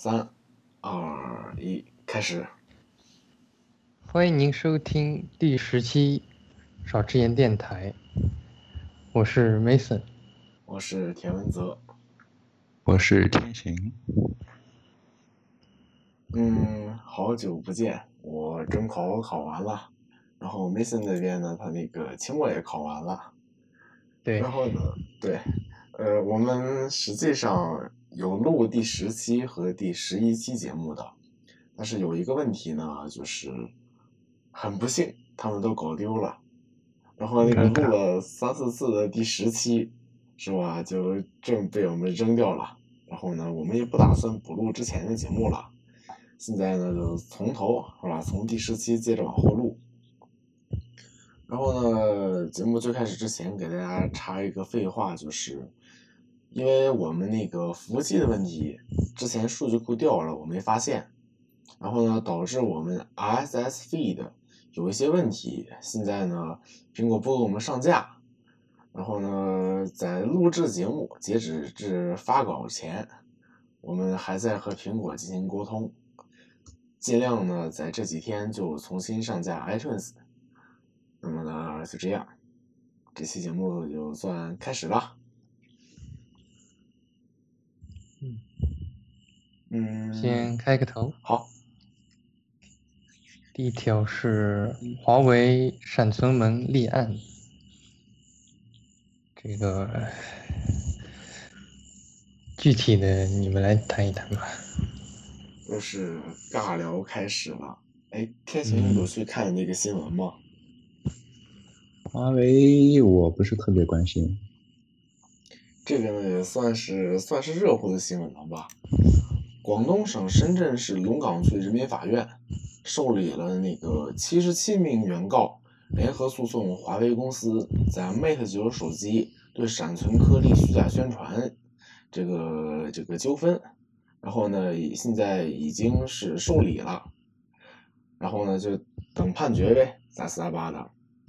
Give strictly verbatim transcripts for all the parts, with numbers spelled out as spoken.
三、二、一，开始。 欢迎您收听第十期少吃盐电台，我是 Mason， 我是田文泽， 我是天行。 嗯，好久不见，我中考考完了，然后 Mason 那边呢，他那个期末也考完了。 对， 然后呢，对，呃，我们实际上有录第十期和第十一期节目的，但是有一个问题呢，就是很不幸，他们都搞丢了。然后那个录了三四次的第十期，是吧？就正被我们扔掉了。然后呢，我们也不打算补录之前的节目了。现在呢，就从头是吧？从第十期接着往后录。然后呢，节目最开始之前给大家插一个废话，就是因为我们那个服务器的问题，之前数据库掉了，我没发现，然后呢，导致我们 R S S feed 有一些问题。现在呢，苹果不给我们上架，然后呢，在录制节目截止至发稿前，我们还在和苹果进行沟通，尽量呢在这几天就重新上架 iTunes。那么呢，就这样，这期节目就算开始了。 嗯嗯， 先开个头。 好。 第一条是华为闪存门立案，这个具体的你们来谈一谈吧。 又是尬聊开始了。哎，天行有去看那个新闻吗？ 华为我不是特别关心， 这个呢也算是算是热乎的新闻了吧？广东省深圳市龙岗区人民法院受理了那个七十七名原告联合诉讼华为公司在 Mate 九手机对闪存颗粒虚假宣传这个这个纠纷，然后呢现在已经是受理了，然后呢就等判决呗，杂七杂八的。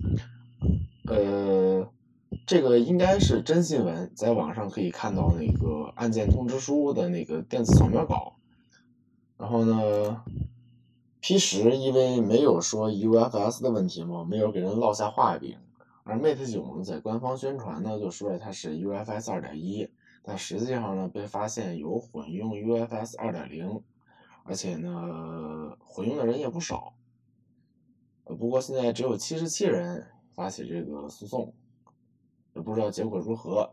呃，这个应该是真新闻，在网上可以看到那个案件通知书的那个电子扫描稿。然后呢 ，P 十因为没有说 U F S 的问题嘛，没有给人落下话柄。而 Mate 九呢，在官方宣传呢就说它是 U F S 二点一，但实际上呢被发现有混用 U F S 二点零，而且呢混用的人也不少。不过现在只有七十七人发起这个诉讼，也不知道结果如何。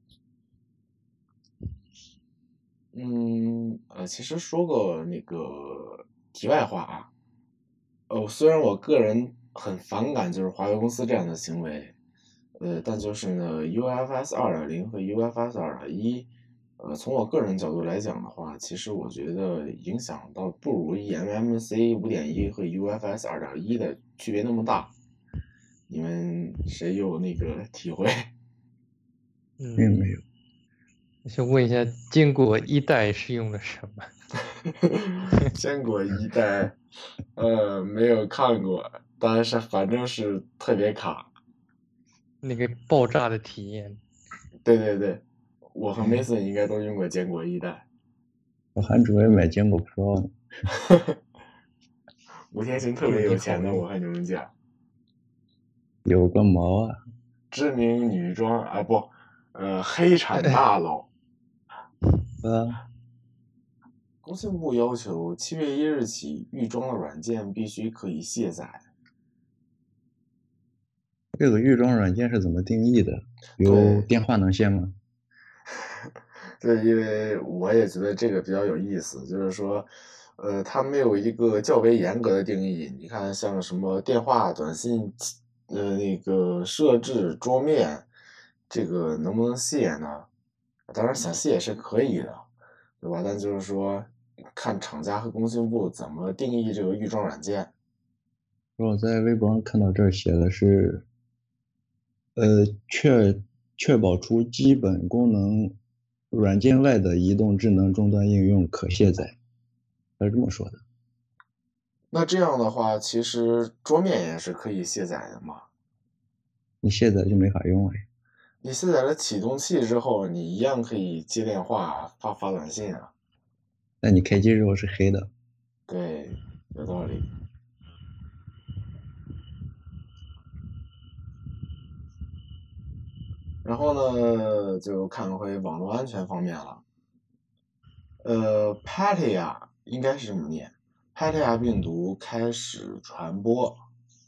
嗯，呃，其实说个那个题外话啊，呃，虽然我个人很反感就是华为公司这样的行为，呃，但就是呢 U F S 二点零和 U F S 二点一，呃，从我个人角度来讲的话，其实我觉得影响到不如 E M M C 五点一和 U F S 二点一的区别那么大。你们谁有那个体会？ 嗯， 并没有。 我想问一下，坚果一代是用的什么？ 坚果一代，呃，没有看过，但是反正是特别卡。 那个爆炸的体验。 对对对，我和 Mason 应该都用过坚果一代。 我还准备买坚果 Pro 呢。 吴天行特别有钱的，我和你们讲。 有个毛啊！ 知名女装啊不，呃，黑产大佬。 啊， 工信部要求七月一日起，预装的软件必须可以卸载。 这个预装软件是怎么定义的？有电话能卸吗？ 对，因为我也觉得这个比较有意思，就是说，呃，它没有一个较为严格的定义。你看，像什么电话、短信，呃，那个设置、桌面，这个能不能卸呢？当然想卸也是可以的，对吧？但就是说，看厂家和工信部怎么定义这个预装软件。 我在微博上看到这儿写的是，呃，确确保出基本功能软件外的移动智能终端应用可卸载，他是这么说的。 那这样的话，其实桌面也是可以卸载的嘛。 你卸载就没法用了。 你卸载了启动器之后，你一样可以接电话、发发短信啊。 那你开机之后是黑的。 对，有道理。然后呢，就看回网络安全方面了。呃，Patia 应该是这么念，Patia 病毒开始传播。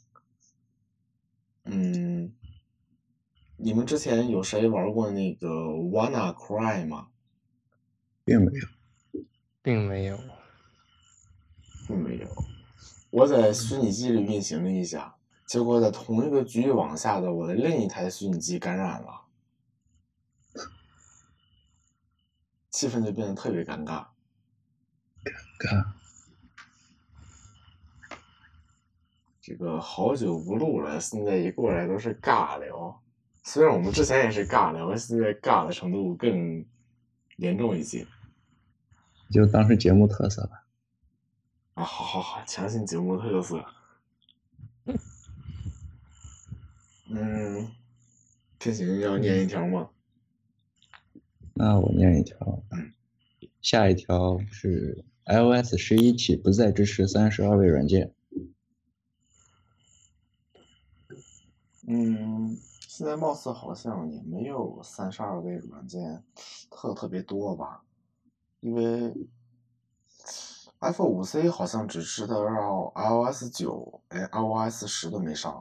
嗯，你们之前有谁玩过那个 WannaCry 吗？ 并没有。 并没有。 并没有。我在虚拟机里运行了一下，结果在同一个局域网下的我的另一台虚拟机感染了，气氛就变得特别尴尬。 看， 这个好久不录了，现在一过来都是尬聊。虽然我们之前也是尬聊，现在尬的程度更严重一些。 就当是节目特色了。 啊，好好好，强行节目特色。嗯，天行要念一条吗？ 那我念一条。 嗯， 下一条是 iOS 十一起不再支持三十二位软件。 嗯，现在貌似好像也没有三十二位软件特特别多吧，因为 iPhone 五 C 好像只支持到 iOS 九，连 iOS 十都没上。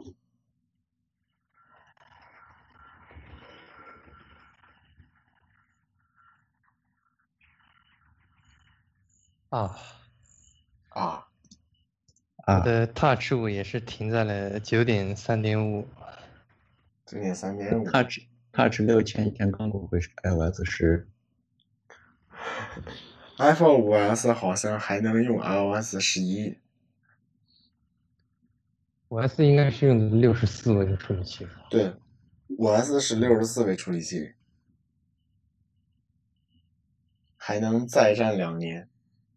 啊， 啊， 啊我的 Touch 五也是停在了九点三点五。 九点三点五。 ，Touch Touch 六前几天刚公布是 iOS 十。 iPhone 五 S 好像还能用 iOS 十一。 五 S 应该是用的六十四位的处理器。 对，五 S 是六十四位处理器，还能再战两年。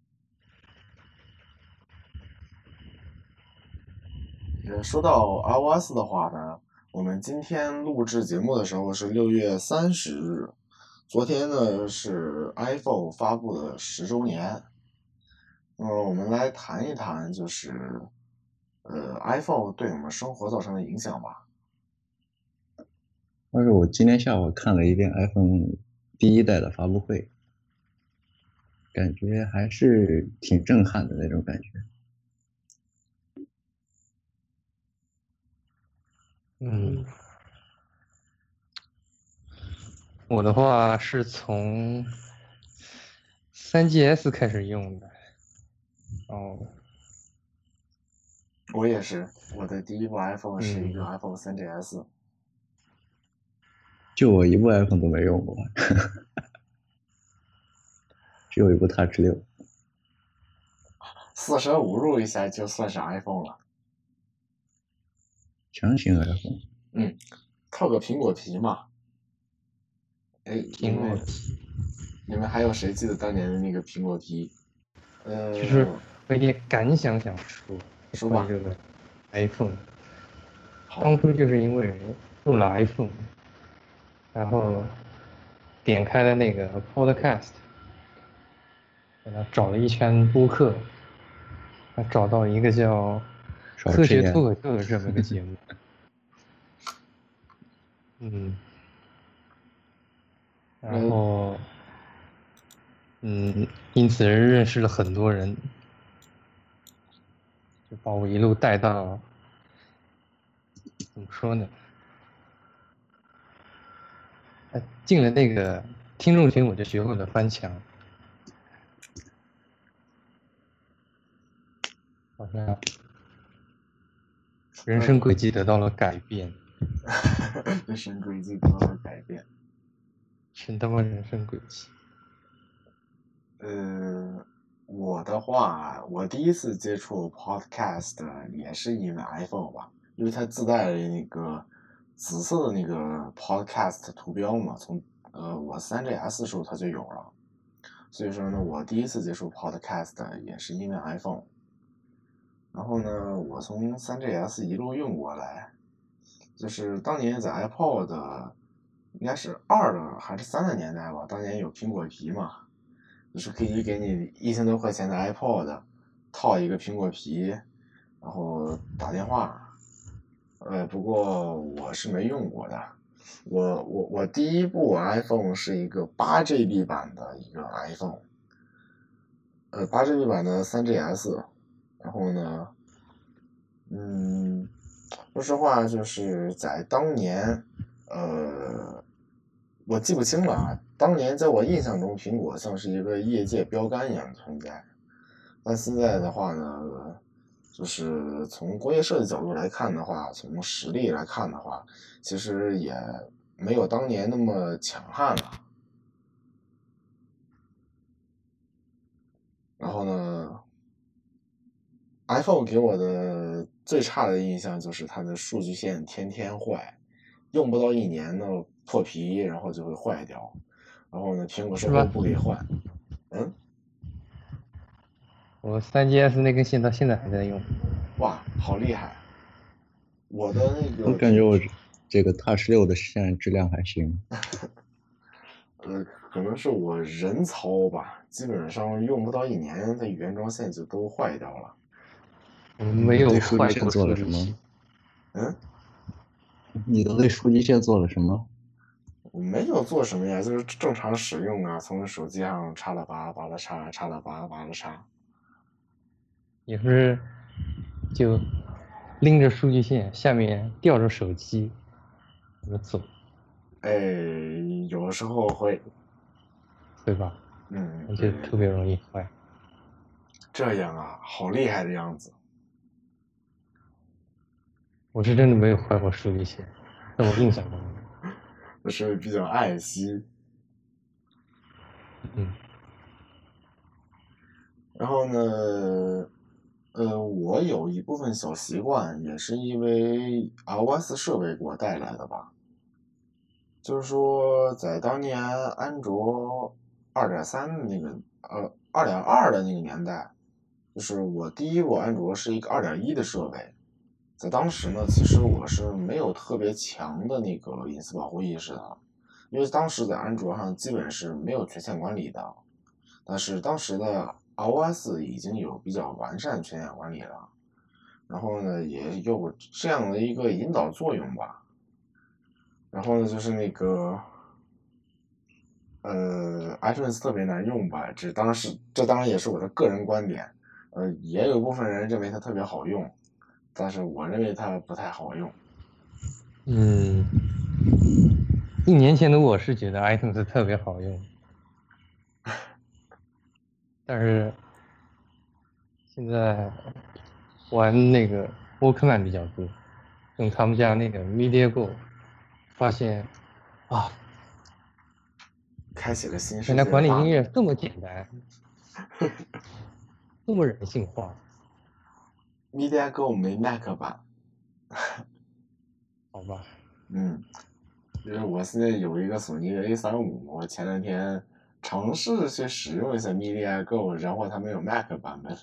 呃，说到 iOS 的话呢，我们今天录制节目的时候是六月三十日，昨天呢是 iPhone 发布的十周年。那么我们来谈一谈，就是呃 iPhone 对我们生活造成的影响吧。 但是我今天下午看了一遍 iPhone 第一代的发布会，感觉还是挺震撼的那种感觉。 嗯，我的话是从三 G S 开始用的。哦， 我也是，我的第一部 iPhone 是一个嗯 iPhone 三 G S。 就我一部 iPhone 都没用过，只有一部 Touch 六。 四舍五入一下就算是 iPhone 了。 强行 iPhone。 嗯，套个苹果皮嘛。哎，你苹果们你们还有谁记得当年的那个苹果皮？呃， 其实我有点感想想说， 说吧。 关于这个 iPhone。 好， 当初就是因为用了 iPhone，然后点开了那个 Podcast，给他找了一圈播客，他找到一个叫《科学少吃点。 脱口秀》的这么一个节目。嗯，然后嗯，因此认识了很多人，就把我一路带到怎么说呢？哎，进了那个听众群，我就学会了翻墙，好像人生轨迹得到了改变。 人生轨迹得到了改变。 什么人生轨迹？ 呃，我的话，我第一次接触 Podcast 也是因为 iPhone 吧，因为它自带了那个紫色的那个 Podcast 图标嘛，从呃我三 G S 的时候它就有了，所以说呢，我第一次接触 Podcast 也是因为 iPhone。然后呢，我从三 G S 一路用过来，就是当年在 iPod 应该是二的还是三的年代吧，当年有苹果皮嘛。 就是可以给你一千多块钱的 iPod 套一个苹果皮，然后打电话。呃，不过我是没用过的。我我我第一部 iPhone 是一个八 G B 版的一个 iPhone，呃，八 G B 版的 三 G S， 然后呢，嗯，说实话，就是在当年，呃，我记不清了啊。当年在我印象中，苹果像是一个业界标杆一样的存在。但现在的话呢，就是从工业设计角度来看的话，从实力来看的话，其实也没有当年那么强悍了。然后呢 ，iPhone 给我的最差的印象就是它的数据线天天坏，用不到一年呢破皮，然后就会坏掉。然后呢，苹果售后不给换。嗯， 我 三 G S 那根线到现在还在用。 哇，好厉害！我的那个， 我感觉我这个 Touch 六的线质量还行。 呃，可能是我人糙吧，基本上用不到一年，它原装线就都坏掉了。 我没有对数据线坏过做了什么数据器。？ 嗯， 你都对数据线做了什么？ 我没有做什么呀，就是正常使用啊，从手机上插了拔，拔了插，插了拔，拔了插。 也不是就拎着数据线，下面吊着手机，怎么走， 哎，有的时候会， 对吧？ 嗯， 而且特别容易坏。 这样啊，好厉害的样子。 我是真的没有坏过数据线，在我印象中。 就是比较爱惜。 嗯。 然后呢，呃，我有一部分小习惯，也是因为 iOS 设备给我带来的吧。就是说，在当年安卓二点三那个呃二点二的那个年代，就是我第一部安卓是一个二点一的设备。在当时呢，其实我是没有特别强的那个隐私保护意识的，因为当时在安卓上基本是没有权限管理的。但是当时的 iOS 已经有比较完善的权限管理了，然后呢，也有这样的一个引导作用吧。然后呢，就是那个，呃，iTunes 特别难用吧，这当时这当然也是我的个人观点，呃，也有部分人认为它特别好用，但是我认为它不太好用。 嗯，一年前的我是觉得 iTunes 特别好用，但是现在玩那个 Walkman 比较多，用他们家那个 MediaGo，发现啊， 开启了新世原来界的大门。 管理音乐这么简单，这么人性化。 MediaGo 没 Mac 版。 好吧。 嗯，就是我现在有一个索尼的 A 三五，我前两天尝试去使用一下 MediaGo，然后它没有 Mac 版本。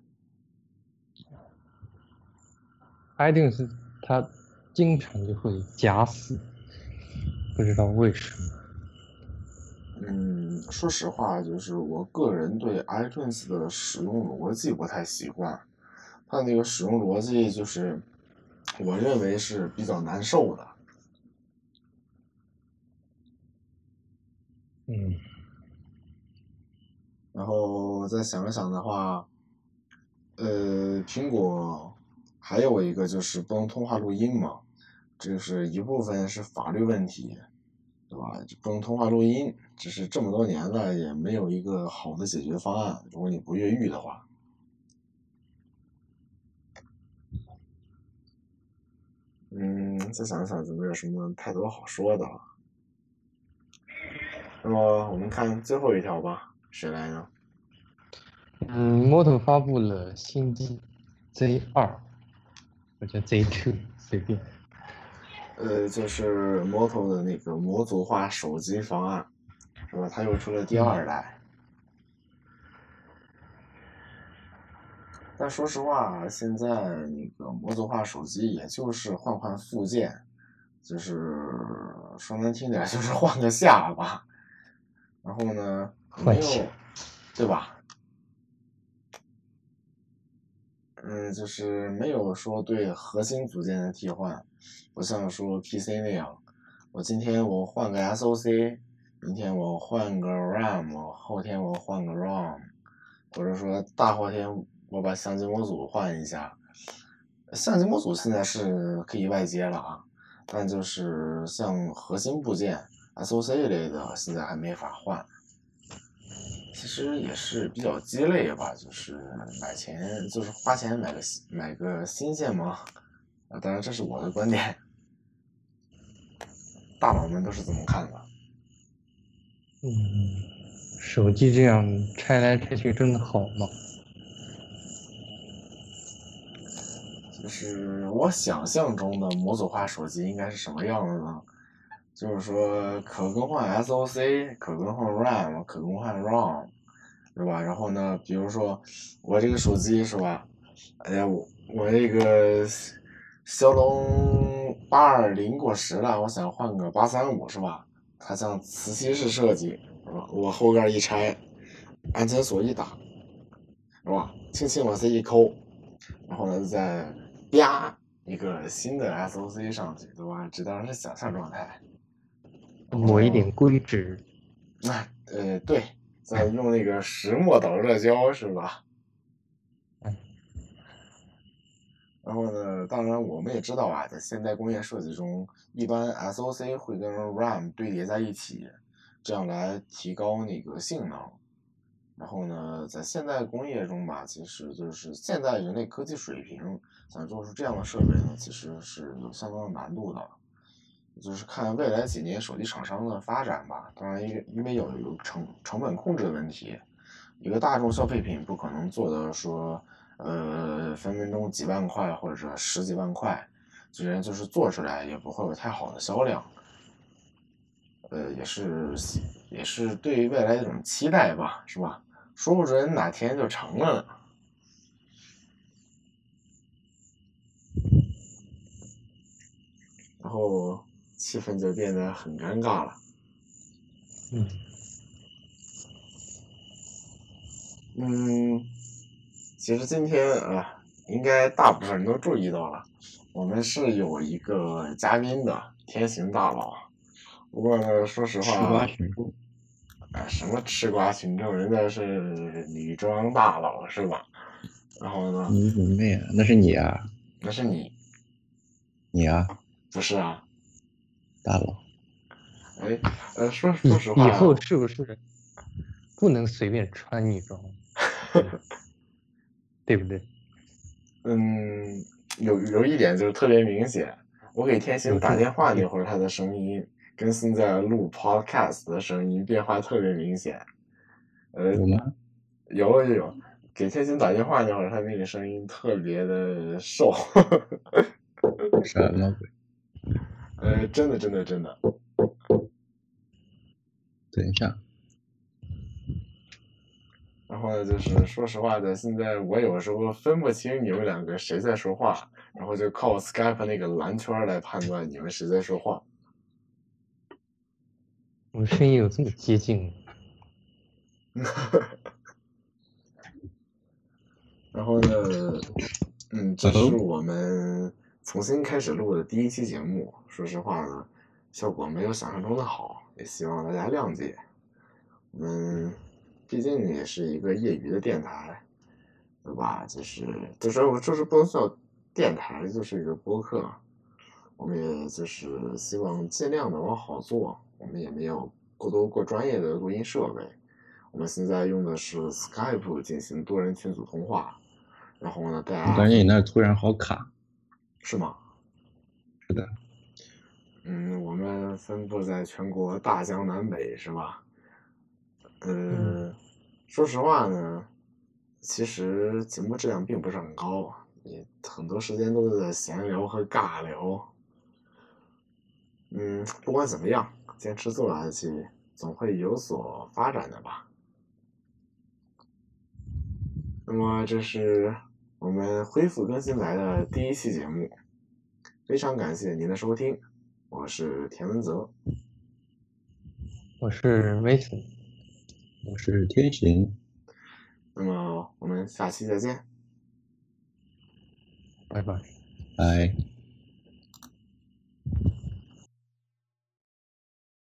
iTunes 它经常就会假死，不知道为什么。 嗯，说实话，就是我个人对 iTunes 的使用逻辑不太习惯，它那个使用逻辑就是我认为是比较难受的。 嗯。 然后再想一想的话，呃，苹果还有一个就是不能通话录音嘛，这是一部分是法律问题，对吧？不能通话录音，只是这么多年了也没有一个好的解决方案。如果你不越狱的话，嗯，再想一想就没有什么太多好说的了。那么我们看最后一条吧，谁来呢？ 嗯 ，Moto 发布了新机 Z 二或者 Z 二，随便。 呃，就是 Moto 的那个模组化手机方案，是吧？它又出了第二代。但说实话，现在那个模组化手机也就是换换附件，就是说难听点就是换个下巴，然后呢，没有对吧？嗯，就是没有说对核心组件的替换，不像说 P C 那样，我今天我换个 S O C， 明天我换个 RAM， 后天我换个 ROM， 或者说大后天我把相机模组换一下。相机模组现在是可以外接了啊，但就是像核心部件 S O C 类的现在还没法换。其实也是比较鸡肋吧，就是买钱就是花钱买个买个新鲜嘛，啊，当然这是我的观点，大佬们都是这么看的。 嗯，手机这样拆来拆去真的好吗？ 就是我想象中的模组化手机应该是什么样的呢？就是说可更换 S O C， 可更换 RAM， 可更换 ROM， 对吧？然后呢，比如说我这个手机是吧？哎呀，我我这个骁龙八二零过时了，我想换个八三五是吧？它像磁吸式设计，是吧？我后盖一拆，安全锁一打，是吧？轻轻往这一抠，然后呢再啪一个新的 S O C 上去，对吧？这当然是想象状态。 抹一点硅脂。 那呃对，再用那个石墨导热胶是吧？然后呢，当然我们也知道啊，在现代工业设计中，一般 S O C 会跟 RAM 堆叠在一起，这样来提高那个性能。然后呢，在现代工业中吧，其实就是现代人类科技水平想做出这样的设备呢，其实是有相当的难度的。就是看未来几年手机厂商的发展吧。当然，因为因为有有成成本控制的问题，一个大众消费品不可能做的说，呃，分分钟几万块或者十几万块，虽然就是做出来也不会有太好的销量。呃，也是也是对于未来的一种期待吧，是吧？说不准哪天就成了呢。然后气氛就变得很尴尬了。 嗯嗯，其实今天啊，应该大部分人都注意到了，我们是有一个嘉宾的，天行大佬。不过呢，说实话， 吃瓜群众， 啊，什么吃瓜群众，人家是女装大佬是吧？然后呢， 你你妹啊，那是你啊， 那是你， 你啊， 不是啊？ 大佬， 哎，呃，说以说实话， 以后是不是不能随便穿女装？对不对？ 嗯，有有一点就是特别明显，我给天星打电话那会儿，他的声音跟现在录 podcast 的声音变化特别明显。呃， 有吗？ 有有有，给天星打电话那会儿，他那个声音特别的瘦。 什么鬼？ 呃，真的真的真的。 等一下， 然后呢，就是说实话的，现在我有时候分不清你们两个谁在说话，然后就靠 Skype 那个蓝圈来判断你们谁在说话。 我们声音有这么接近吗？ 然后呢，嗯，这是我们重新开始录的第一期节目。说实话呢，效果没有想象中的好，也希望大家谅解。我们毕竟也是一个业余的电台，对吧？就是就是就是不能叫电台，就是一个播客。我们也就是希望尽量的往好做，我们也没有过多过专业的录音设备。我们现在用的是 Skype 进行多人群组通话。然后呢，大家我感觉你那突然好卡。 是吗？ 是的。 嗯，我们分布在全国大江南北，是吧？嗯，说实话呢，其实节目质量并不是很高，也很多时间都是在闲聊和尬聊。嗯，不管怎么样，坚持做下去，总会有所发展的吧。那么这是我们恢复更新来的第一期节目，非常感谢您的收听，我是田文泽， 我是 Mason， 我是天行。 那么我们下期再见。 拜拜。 拜。